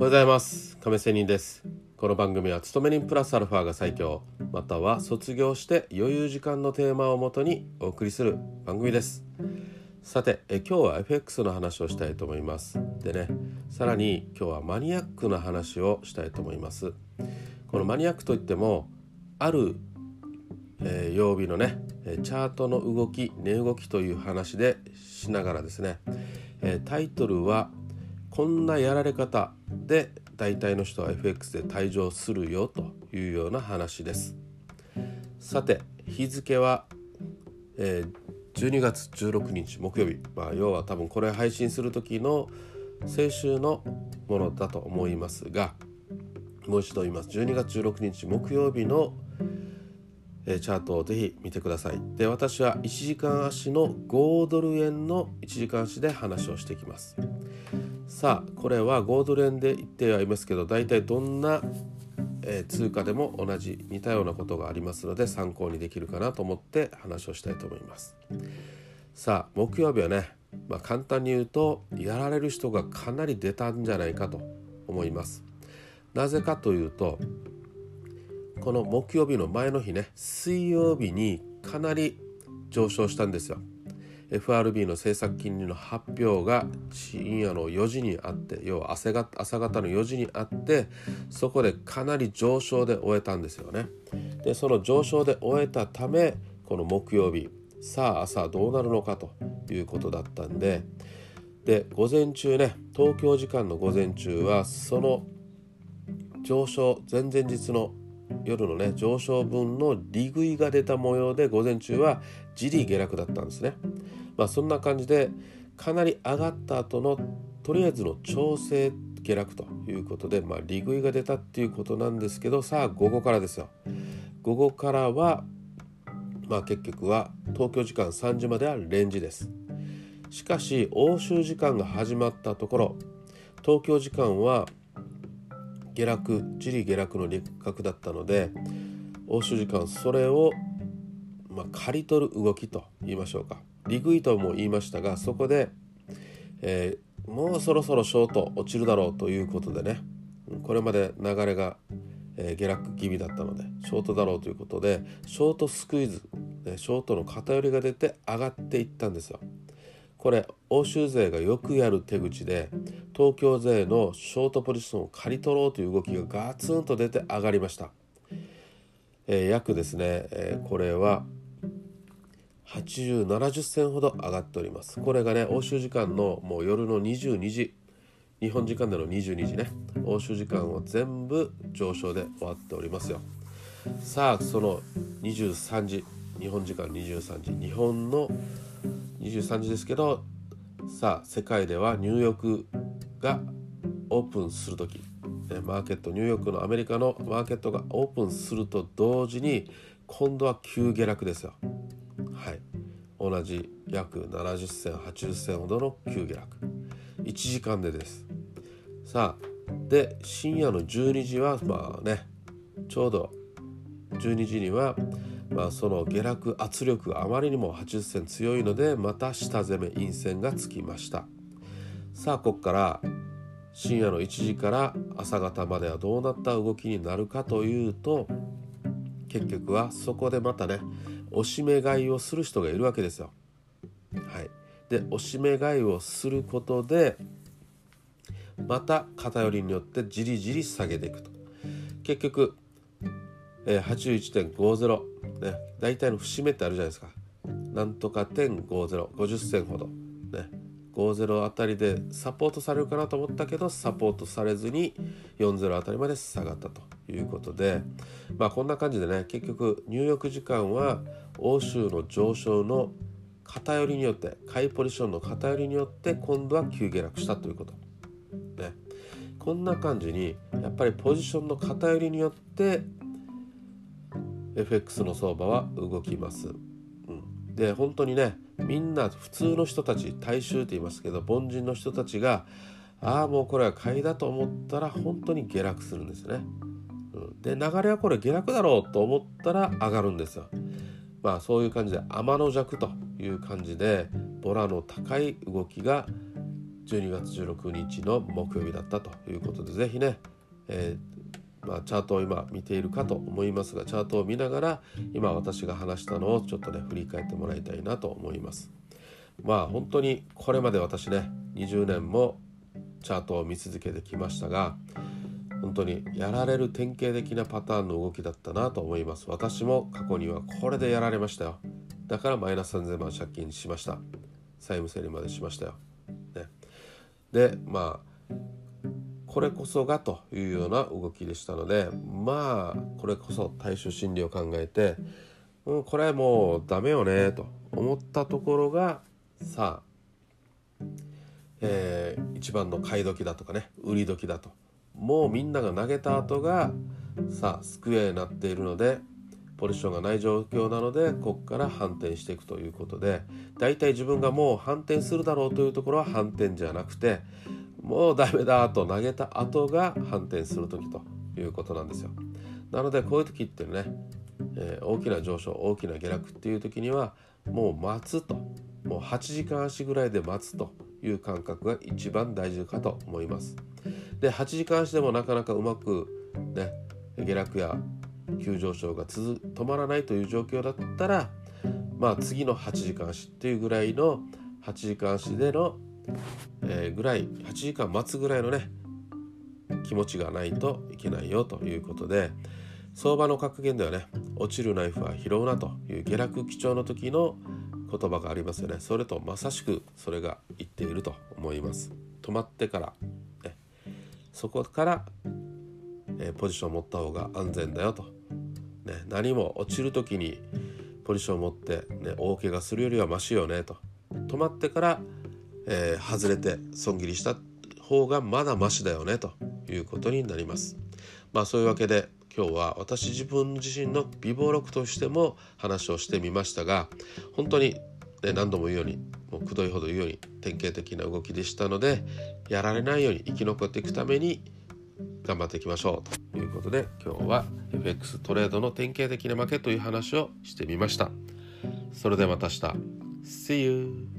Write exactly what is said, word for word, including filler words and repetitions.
ございます。亀仙人です。この番組は勤め人プラスアルファが最強、または卒業して余裕時間のテーマをもとにお送りする番組です。さてえ今日は エフエックス の話をしたいと思います。でね、さらに今日はマニアックな話をしたいと思います。このマニアックといってもある、えー、曜日のねチャートの動き、値動きという話でしながらですね、えー、タイトルはこんなやられ方で大体の人は エフエックス で退場するよというような話です。さて日付は、えー、じゅうにがつじゅうろくにち木曜日、まあ、要は多分これ配信する時の先週のものだと思いますが、もう一度言います。じゅうにがつじゅうろくにち木曜日のチャートをぜひ見てください。で、私はいちじかん足のごドル円のいちじかん足で話をしていきます。さあこれはごドル円で言ってはいますけど、大体どんな、えー、通貨でも同じ似たようなことがありますので参考にできるかなと思って話をしたいと思います。さあ木曜日はね、まあ、簡単に言うとやられる人がかなり出たんじゃないかと思います。なぜかというと、この木曜日の前の日ね、水曜日にかなり上昇したんですよ。 エフアールビー の政策金利の発表が深夜のよじにあって、要は朝方、朝方のよじにあって、そこでかなり上昇で終えたんですよね。でその上昇で終えたため、この木曜日、さあ朝どうなるのかということだったんで、で午前中ね、東京時間の午前中はその上昇、前々日の夜のね上昇分の利食いが出た模様で、午前中はじり下落だったんですね。まあそんな感じでかなり上がった後のとりあえずの調整下落ということで、まあ利食いが出たっていうことなんですけど、さあ午後からですよ。午後からはまあ結局は東京時間さんじまではレンジです。しかし欧州時間が始まったところ、東京時間は下落、じり下落の利確だったので、欧州時間それを、まあ、刈り取る動きと言いましょうか、利食いとも言いましたが、そこで、えー、もうそろそろショート落ちるだろうということでね、これまで流れが、えー、下落気味だったのでショートだろうということで、ショートスクイーズ、ショートの偏りが出て上がっていったんですよ。これ欧州勢がよくやる手口で、東京勢のショートポジションを刈り取ろうという動きがガツンと出て上がりました。えー、約ですね、えー、これははちじゅう、ななじゅっせんほど上がっております。これがね欧州時間のもう夜のにじゅうにじ、日本時間でのにじゅうにじね、欧州時間を全部上昇で終わっておりますよ。さあそのにじゅうさんじ、日本時間にじゅうさんじ、日本のにじゅうさんじですけど、さあ世界ではニューヨークがオープンするとき、マーケット、ニューヨークのアメリカのマーケットがオープンすると同時に、今度は急下落ですよ。はい、同じ約ななじゅっせん、はちじゅっせんほどの急下落、いちじかんでです。さあで深夜のじゅうにじはまあね、ちょうどじゅうにじにはまあ、その下落圧力があまりにもはちじゅっせん強いので、また下攻め陰線がつきました。さあここから深夜のいちじから朝方まではどうなった動きになるかというと、結局はそこでまたね押し目買いをする人がいるわけですよ。はい、で押し目買いをすることでまた偏りによってじりじり下げていくと、結局、えー、はちじゅういちてんごゼロね、大体の節目ってあるじゃないですか。なんとか点ごゼロ、ごじゅっせんほど、ね、ごじゅうあたりでサポートされるかなと思ったけど、サポートされずによんじゅうあたりまで下がったということで、まあこんな感じでね、結局入浴時間は欧州の上昇の偏りによって、買いポジションの偏りによって今度は急下落したということ、ね、こんな感じにやっぱりポジションの偏りによってエフエックス の相場は動きます、うん、で本当にね、みんな普通の人たち、大衆って言いますけど凡人の人たちが、ああもうこれは買いだと思ったら本当に下落するんですね、うん、で流れはこれ下落だろうと思ったら上がるんですよ。まあそういう感じで天の弱という感じで、ボラの高い動きがじゅうにがつじゅうろくにちの木曜日だったということで、ぜひね、えーまあ、チャートを今見ているかと思いますが、チャートを見ながら今私が話したのをちょっとね振り返ってもらいたいなと思います。まあ本当にこれまで私ねにじゅうねんもチャートを見続けてきましたが、本当にやられる典型的なパターンの動きだったなと思います。私も過去にはこれでやられましたよ。だからマイナスさんぜんまん借金しました。債務整理までしましたよ、ね、でまあこれこそがというような動きでしたので、まあこれこそ対処心理を考えて、うん、これもうダメよねと思ったところが、さあ、えー、一番の買い時だとかね、売り時だと、もうみんなが投げた後がさあスクエアになっているので、ポジションがない状況なので、ここから反転していくということで、だいたい自分がもう反転するだろうというところは反転じゃなくて、もうダメだと投げた後が反転する時ということなんですよ。なのでこういう時ってね、えー、大きな上昇大きな下落っていう時にはもう待つと、もうはちじかん足ぐらいで待つという感覚が一番大事かと思います。ではちじかん足でもなかなかうまくね下落や急上昇が続止まらないという状況だったら、まあ次のはちじかん足っていうぐらいのはちじかん足でのえー、ぐらいはちじかん待つぐらいのね気持ちがないといけないよということで、相場の格言ではね、落ちるナイフは拾うなという下落基調の時の言葉がありますよね。それとまさしくそれが言っていると思います。止まってから、ね、そこから、えー、ポジションを持った方が安全だよと、ね、何も落ちる時にポジションを持って、ね、大怪我するよりはマシよねと、止まってからえー、外れて損切りした方がまだマシだよねということになります。まあそういうわけで今日は私自分自身の備忘録としても話をしてみましたが、本当に、ね、何度も言うように、もうくどいほど言うように典型的な動きでしたので、やられないように生き残っていくために頑張っていきましょうということで、今日は エフエックス トレードの典型的な負けという話をしてみました。それではまた明日。See you!